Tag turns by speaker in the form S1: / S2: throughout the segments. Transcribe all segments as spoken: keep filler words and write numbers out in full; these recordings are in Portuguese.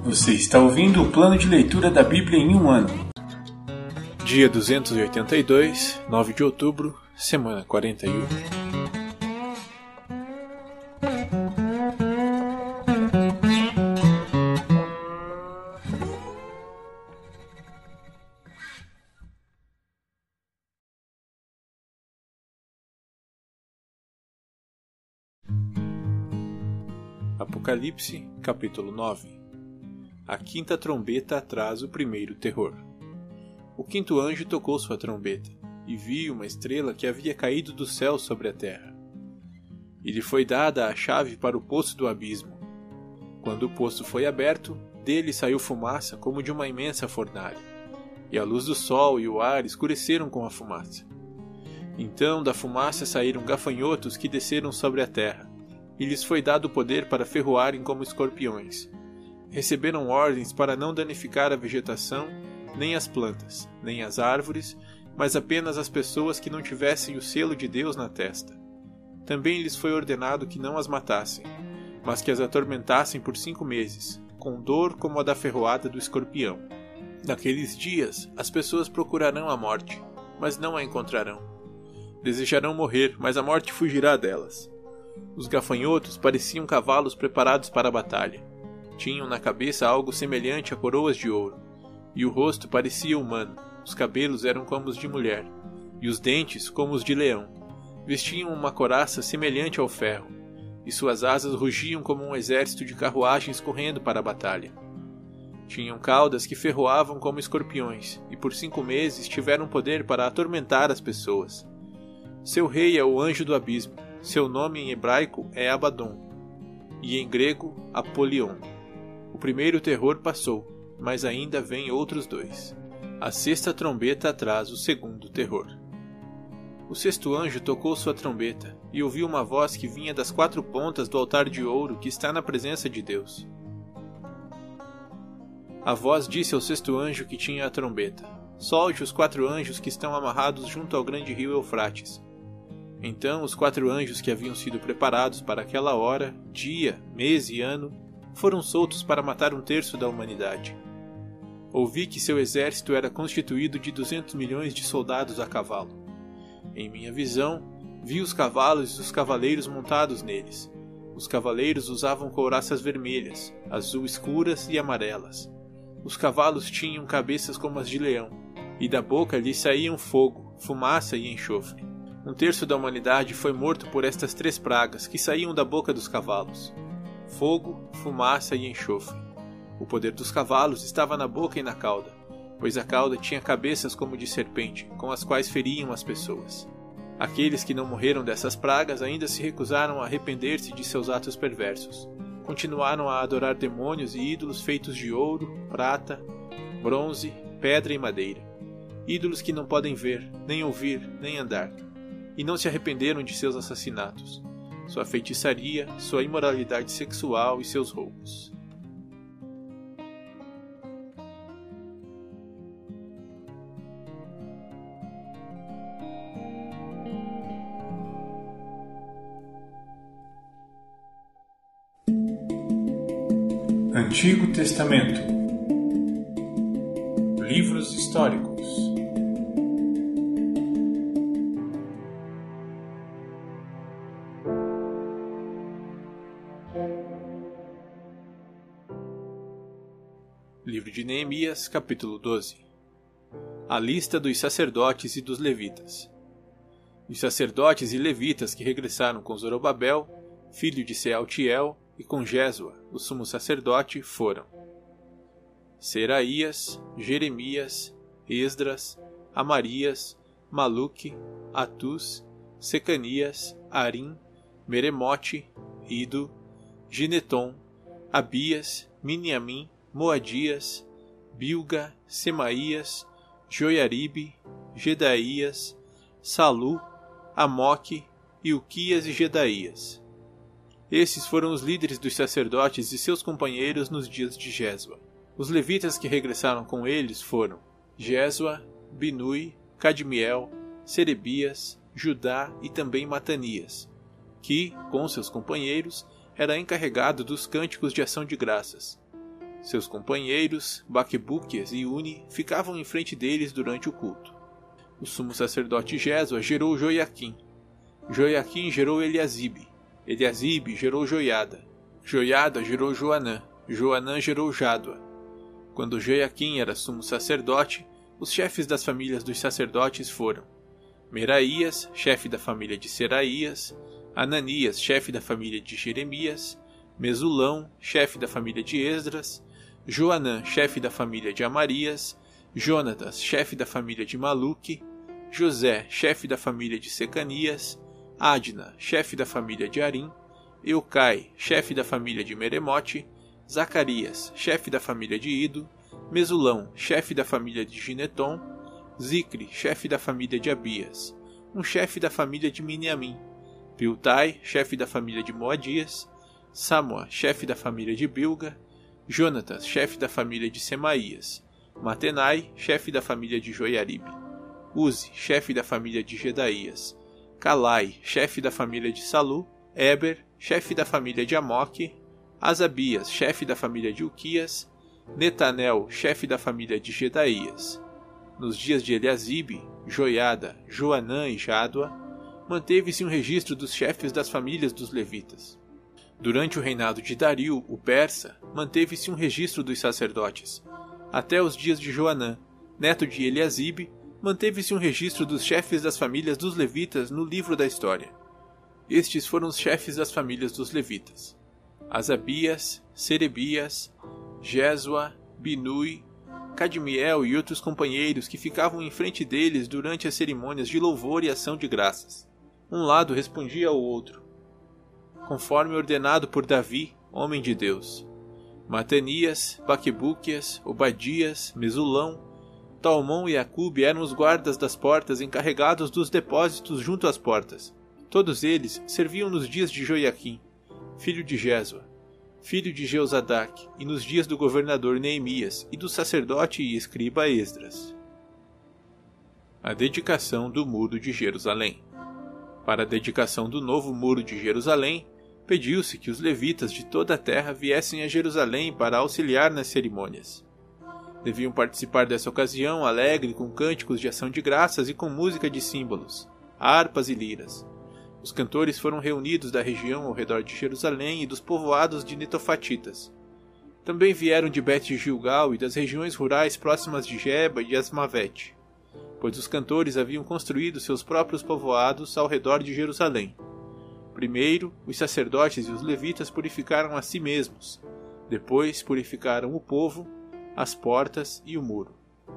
S1: Você está ouvindo o plano de leitura da Bíblia em um ano.
S2: Dia duzentos e oitenta e dois, nove de outubro, semana quarenta e um. Apocalipse, capítulo nove. A quinta trombeta traz o primeiro terror. O quinto anjo tocou sua trombeta, e viu uma estrela que havia caído do céu sobre a terra. E lhe foi dada a chave para o poço do abismo. Quando o poço foi aberto, dele saiu fumaça como de uma imensa fornalha, e a luz do sol e o ar escureceram com a fumaça. Então da fumaça saíram gafanhotos que desceram sobre a terra, e lhes foi dado o poder para ferroarem como escorpiões. Receberam ordens para não danificar a vegetação, nem as plantas, nem as árvores, mas apenas as pessoas que não tivessem o selo de Deus na testa. Também lhes foi ordenado que não as matassem, mas que as atormentassem por cinco meses, com dor como a da ferroada do escorpião. Naqueles dias, as pessoas procurarão a morte, mas não a encontrarão. Desejarão morrer, mas a morte fugirá delas. Os gafanhotos pareciam cavalos preparados para a batalha. Tinham na cabeça algo semelhante a coroas de ouro, e o rosto parecia humano. Os cabelos eram como os de mulher, e os dentes como os de leão. Vestiam uma couraça semelhante ao ferro, e suas asas rugiam como um exército de carruagens correndo para a batalha. Tinham caudas que ferroavam como escorpiões, e por cinco meses tiveram poder para atormentar as pessoas. Seu rei é o anjo do abismo. Seu nome em hebraico é Abaddon, e em grego Apolion. O primeiro terror passou, mas ainda vêm outros dois. A sexta trombeta traz o segundo terror. O sexto anjo tocou sua trombeta, e ouviu uma voz que vinha das quatro pontas do altar de ouro que está na presença de Deus. A voz disse ao sexto anjo que tinha a trombeta: solte os quatro anjos que estão amarrados junto ao grande rio Eufrates. Então os quatro anjos que haviam sido preparados para aquela hora, dia, mês e ano, foram soltos para matar um terço da humanidade. Ouvi que seu exército era constituído de duzentos milhões de soldados a cavalo. Em minha visão, vi os cavalos e os cavaleiros montados neles. Os cavaleiros usavam couraças vermelhas, azul escuras e amarelas. Os cavalos tinham cabeças como as de leão, e da boca lhes saíam fogo, fumaça e enxofre. Um terço da humanidade foi morto por estas três pragas que saíam da boca dos cavalos: fogo, fumaça e enxofre. O poder dos cavalos estava na boca e na cauda, pois a cauda tinha cabeças como de serpente, com as quais feriam as pessoas. Aqueles que não morreram dessas pragas ainda se recusaram a arrepender-se de seus atos perversos. Continuaram a adorar demônios e ídolos feitos de ouro, prata, bronze, pedra e madeira. Ídolos que não podem ver, nem ouvir, nem andar. E não se arrependeram de seus assassinatos, sua feitiçaria, sua imoralidade sexual e seus roubos.
S1: Antigo Testamento. Livros históricos.
S2: Livro de Neemias, capítulo doze. A lista dos sacerdotes e dos levitas. Os sacerdotes e levitas que regressaram com Zorobabel, filho de Sealtiel, e com Jesua, o sumo sacerdote, foram Seraías, Jeremias, Esdras, Amarias, Maluque, Atus, Secanias, Arim, Meremote, Ido, Gineton, Abias, Miniamim, Moadias, Bilga, Semaías, Joiaribe, Gedaías, Salu, Amoque, Ilquias e Gedaías. Esses foram os líderes dos sacerdotes e seus companheiros nos dias de Jesua. Os levitas que regressaram com eles foram Jesua, Binui, Cadmiel, Serebias, Judá e também Matanias, que, com seus companheiros, era encarregado dos cânticos de ação de graças. Seus companheiros, Baquebúquias e Uni, ficavam em frente deles durante o culto. O sumo sacerdote Jesua gerou Joiaquim. Joiaquim gerou Eliasibe. Eliasibe gerou Joiada. Joiada gerou Joanã. Joanã gerou Jádua. Quando Joiaquim era sumo sacerdote, os chefes das famílias dos sacerdotes foram Meraías, chefe da família de Seraías, Ananias, chefe da família de Jeremias, Mesulão, chefe da família de Esdras, Joanã, chefe da família de Amarias, Jonatas, chefe da família de Maluque, José, chefe da família de Secanias, Adna, chefe da família de Arim, Eucai, chefe da família de Meremote, Zacarias, chefe da família de Ido, Mesulão, chefe da família de Gineton, Zicre, chefe da família de Abias, um chefe da família de Miniamim, Piltai, chefe da família de Moadias, Samua, chefe da família de Bilga, Jonatas, chefe da família de Semaías, Matenai, chefe da família de Joiaribe, Uzi, chefe da família de Gedaías, Calai, chefe da família de Salu, Eber, chefe da família de Amoque, Asabias, chefe da família de Uquias, Netanel, chefe da família de Gedaías. Nos dias de Eliasibe, Joiada, Joanã e Jádua, manteve-se um registro dos chefes das famílias dos levitas. Durante o reinado de Dario, o persa, manteve-se um registro dos sacerdotes. Até os dias de Joanã, neto de Eliasibe, manteve-se um registro dos chefes das famílias dos levitas no livro da história. Estes foram os chefes das famílias dos levitas: Asabias, Serebias, Jesua, Binui, Cadmiel e outros companheiros que ficavam em frente deles durante as cerimônias de louvor e ação de graças. Um lado respondia ao outro, conforme ordenado por Davi, homem de Deus. Matanias, Baquebúquias, Obadias, Mesulão, Talmon e Acube eram os guardas das portas encarregados dos depósitos junto às portas. Todos eles serviam nos dias de Joiaquim, filho de Jesua, filho de Jeozadaque, e nos dias do governador Neemias e do sacerdote e escriba Esdras. A dedicação do Muro de Jerusalém. Para a dedicação do novo Muro de Jerusalém, pediu-se que os levitas de toda a terra viessem a Jerusalém para auxiliar nas cerimônias. Deviam participar dessa ocasião alegre com cânticos de ação de graças e com música de símbolos, harpas e liras. Os cantores foram reunidos da região ao redor de Jerusalém e dos povoados de netofatitas. Também vieram de Bet-Gilgal e das regiões rurais próximas de Geba e de Asmavete, pois os cantores haviam construído seus próprios povoados ao redor de Jerusalém. Primeiro, os sacerdotes e os levitas purificaram a si mesmos. Depois, purificaram o povo, as portas e o muro.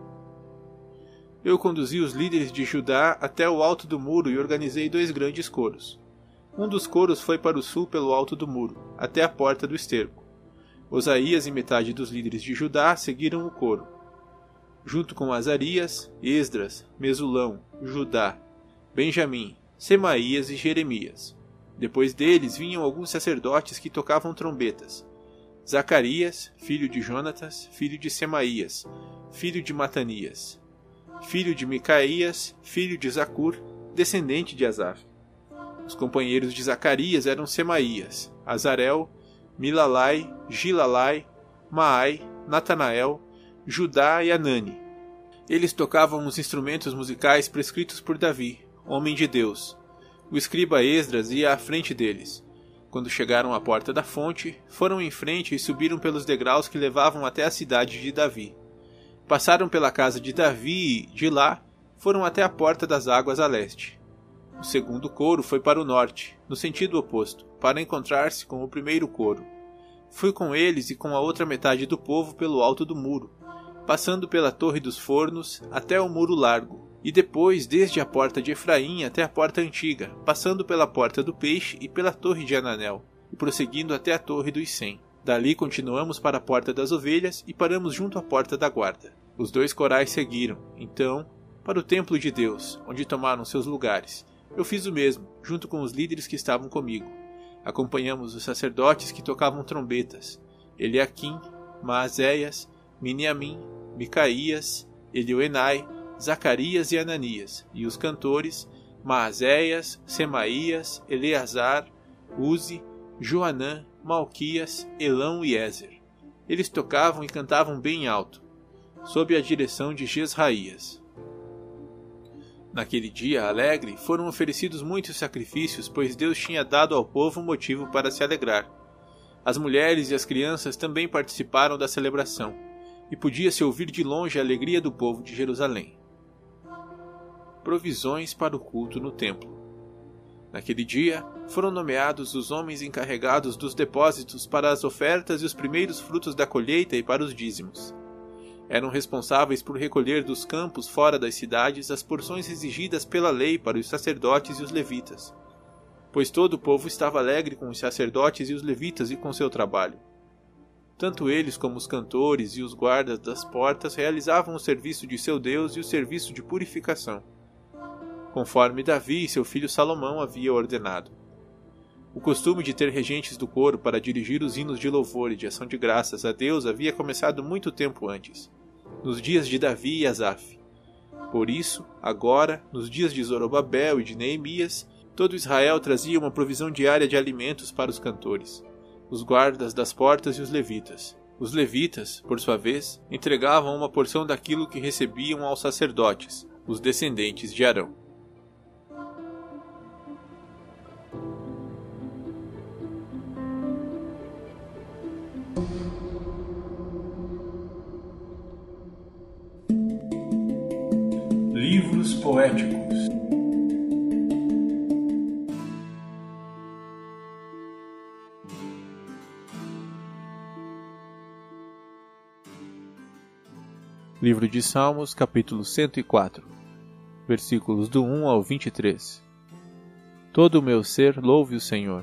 S2: Eu conduzi os líderes de Judá até o alto do muro e organizei dois grandes coros. Um dos coros foi para o sul pelo alto do muro, até a porta do esterco. Osaías e metade dos líderes de Judá seguiram o coro. Junto com Azarias, Esdras, Mesulão, Judá, Benjamim, Semaías e Jeremias. Depois deles vinham alguns sacerdotes que tocavam trombetas. Zacarias, filho de Jonatas, filho de Semaías, filho de Matanias, filho de Micaías, filho de Zacur, descendente de Asaf. Os companheiros de Zacarias eram Semaías, Azarel, Milalai, Gilalai, Maai, Natanael, Judá e Anani. Eles tocavam os instrumentos musicais prescritos por Davi, homem de Deus. O escriba Esdras ia à frente deles. Quando chegaram à porta da fonte, foram em frente e subiram pelos degraus que levavam até a cidade de Davi. Passaram pela casa de Davi e, de lá, foram até a porta das águas a leste. O segundo coro foi para o norte, no sentido oposto, para encontrar-se com o primeiro coro. Fui com eles e com a outra metade do povo pelo alto do muro, passando pela Torre dos Fornos até o Muro Largo, e depois desde a porta de Efraim até a porta antiga, passando pela porta do Peixe e pela Torre de Ananel, e prosseguindo até a Torre dos Cem. Dali continuamos para a Porta das Ovelhas e paramos junto à Porta da Guarda. Os dois corais seguiram, então, para o Templo de Deus, onde tomaram seus lugares. Eu fiz o mesmo, junto com os líderes que estavam comigo. Acompanhamos os sacerdotes que tocavam trombetas, Eliaquim, Maazéias, Miniamim, Micaías, Elioenai, Zacarias e Ananias, e os cantores, Maazéias, Semaías, Eleazar, Uzi, Joanã, Malquias, Elão e Ézer. eles tocavam e cantavam bem alto, sob a direção de Jesraías. Naquele dia alegre foram oferecidos muitos sacrifícios, pois Deus tinha dado ao povo um motivo para se alegrar. As mulheres e as crianças também participaram da celebração, e podia-se ouvir de longe a alegria do povo de Jerusalém. Provisões para o culto no templo. Naquele dia, foram nomeados os homens encarregados dos depósitos para as ofertas e os primeiros frutos da colheita e para os dízimos. Eram responsáveis por recolher dos campos fora das cidades as porções exigidas pela lei para os sacerdotes e os levitas, pois todo o povo estava alegre com os sacerdotes e os levitas e com seu trabalho. Tanto eles como os cantores e os guardas das portas realizavam o serviço de seu Deus e o serviço de purificação, conforme Davi e seu filho Salomão havia ordenado. O costume de ter regentes do coro para dirigir os hinos de louvor e de ação de graças a Deus havia começado muito tempo antes, nos dias de Davi e Asaf. Por isso, agora, nos dias de Zorobabel e de Neemias, todo Israel trazia uma provisão diária de alimentos para os cantores, os guardas das portas e os levitas. Os levitas, por sua vez, entregavam uma porção daquilo que recebiam aos sacerdotes, os descendentes de Arão.
S1: Livros poéticos.
S2: Livro de Salmos, capítulo cento e quatro, versículos do um ao vinte e três. Todo o meu ser louve o Senhor.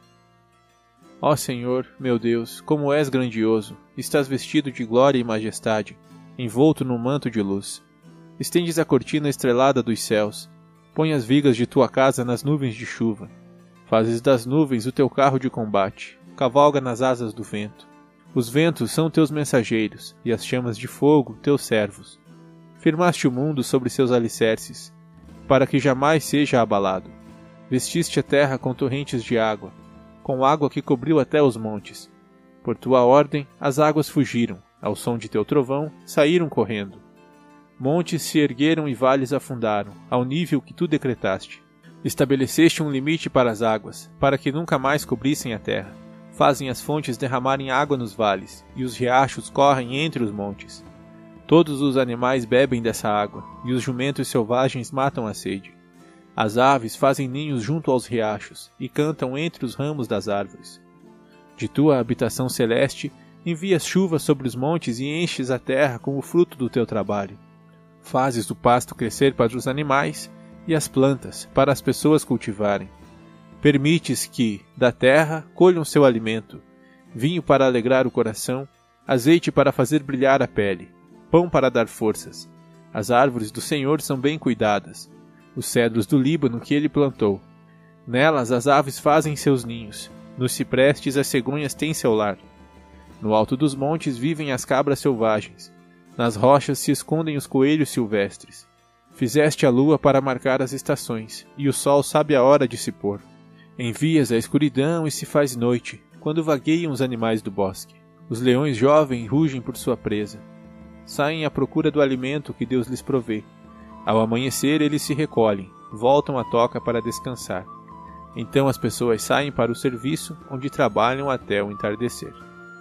S2: Ó Senhor, meu Deus, como és grandioso, estás vestido de glória e majestade, envolto num manto de luz. Estendes a cortina estrelada dos céus, põe as vigas de tua casa nas nuvens de chuva. Fazes das nuvens o teu carro de combate, cavalga nas asas do vento. Os ventos são teus mensageiros, e as chamas de fogo teus servos. Firmaste o mundo sobre seus alicerces, para que jamais seja abalado. Vestiste a terra com torrentes de água, com água que cobriu até os montes. Por tua ordem as águas fugiram, ao som de teu trovão saíram correndo. Montes se ergueram e vales afundaram, ao nível que tu decretaste. Estabeleceste um limite para as águas, para que nunca mais cobrissem a terra. Fazem as fontes derramarem água nos vales, e os riachos correm entre os montes. Todos os animais bebem dessa água, e os jumentos selvagens matam a sede. As aves fazem ninhos junto aos riachos, e cantam entre os ramos das árvores. De tua habitação celeste, envias chuva sobre os montes e enches a terra com o fruto do teu trabalho. Fazes o pasto crescer para os animais e as plantas para as pessoas cultivarem. Permites que, da terra, colham seu alimento, vinho para alegrar o coração, azeite para fazer brilhar a pele, pão para dar forças. As árvores do Senhor são bem cuidadas, os cedros do Líbano que ele plantou. Nelas as aves fazem seus ninhos, nos ciprestes as cegonhas têm seu lar. No alto dos montes vivem as cabras selvagens, nas rochas se escondem os coelhos silvestres. Fizeste a lua para marcar as estações, e o sol sabe a hora de se pôr. Envias a escuridão e se faz noite, quando vagueiam os animais do bosque. Os leões jovens rugem por sua presa. Saem à procura do alimento que Deus lhes provê. Ao amanhecer eles se recolhem, voltam à toca para descansar. Então as pessoas saem para o serviço, onde trabalham até o entardecer.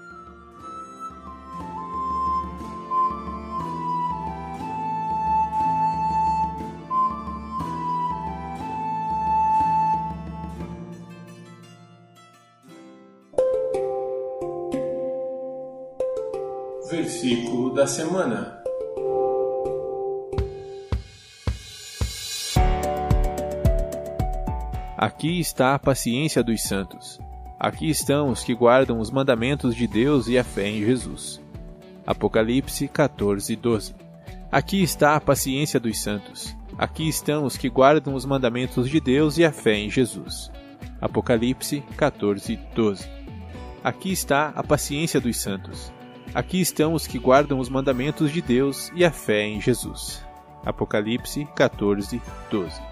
S1: Versículo da semana.
S2: Aqui está a paciência dos santos. Aqui estão os que guardam os mandamentos de Deus e a fé em Jesus. Apocalipse quatorze, doze. Aqui está a paciência dos santos. Aqui estão os que guardam os mandamentos de Deus e a fé em Jesus. Apocalipse quatorze, doze. Aqui está a paciência dos santos. Aqui estão os que guardam os mandamentos de Deus e a fé em Jesus. Apocalipse quatorze, doze.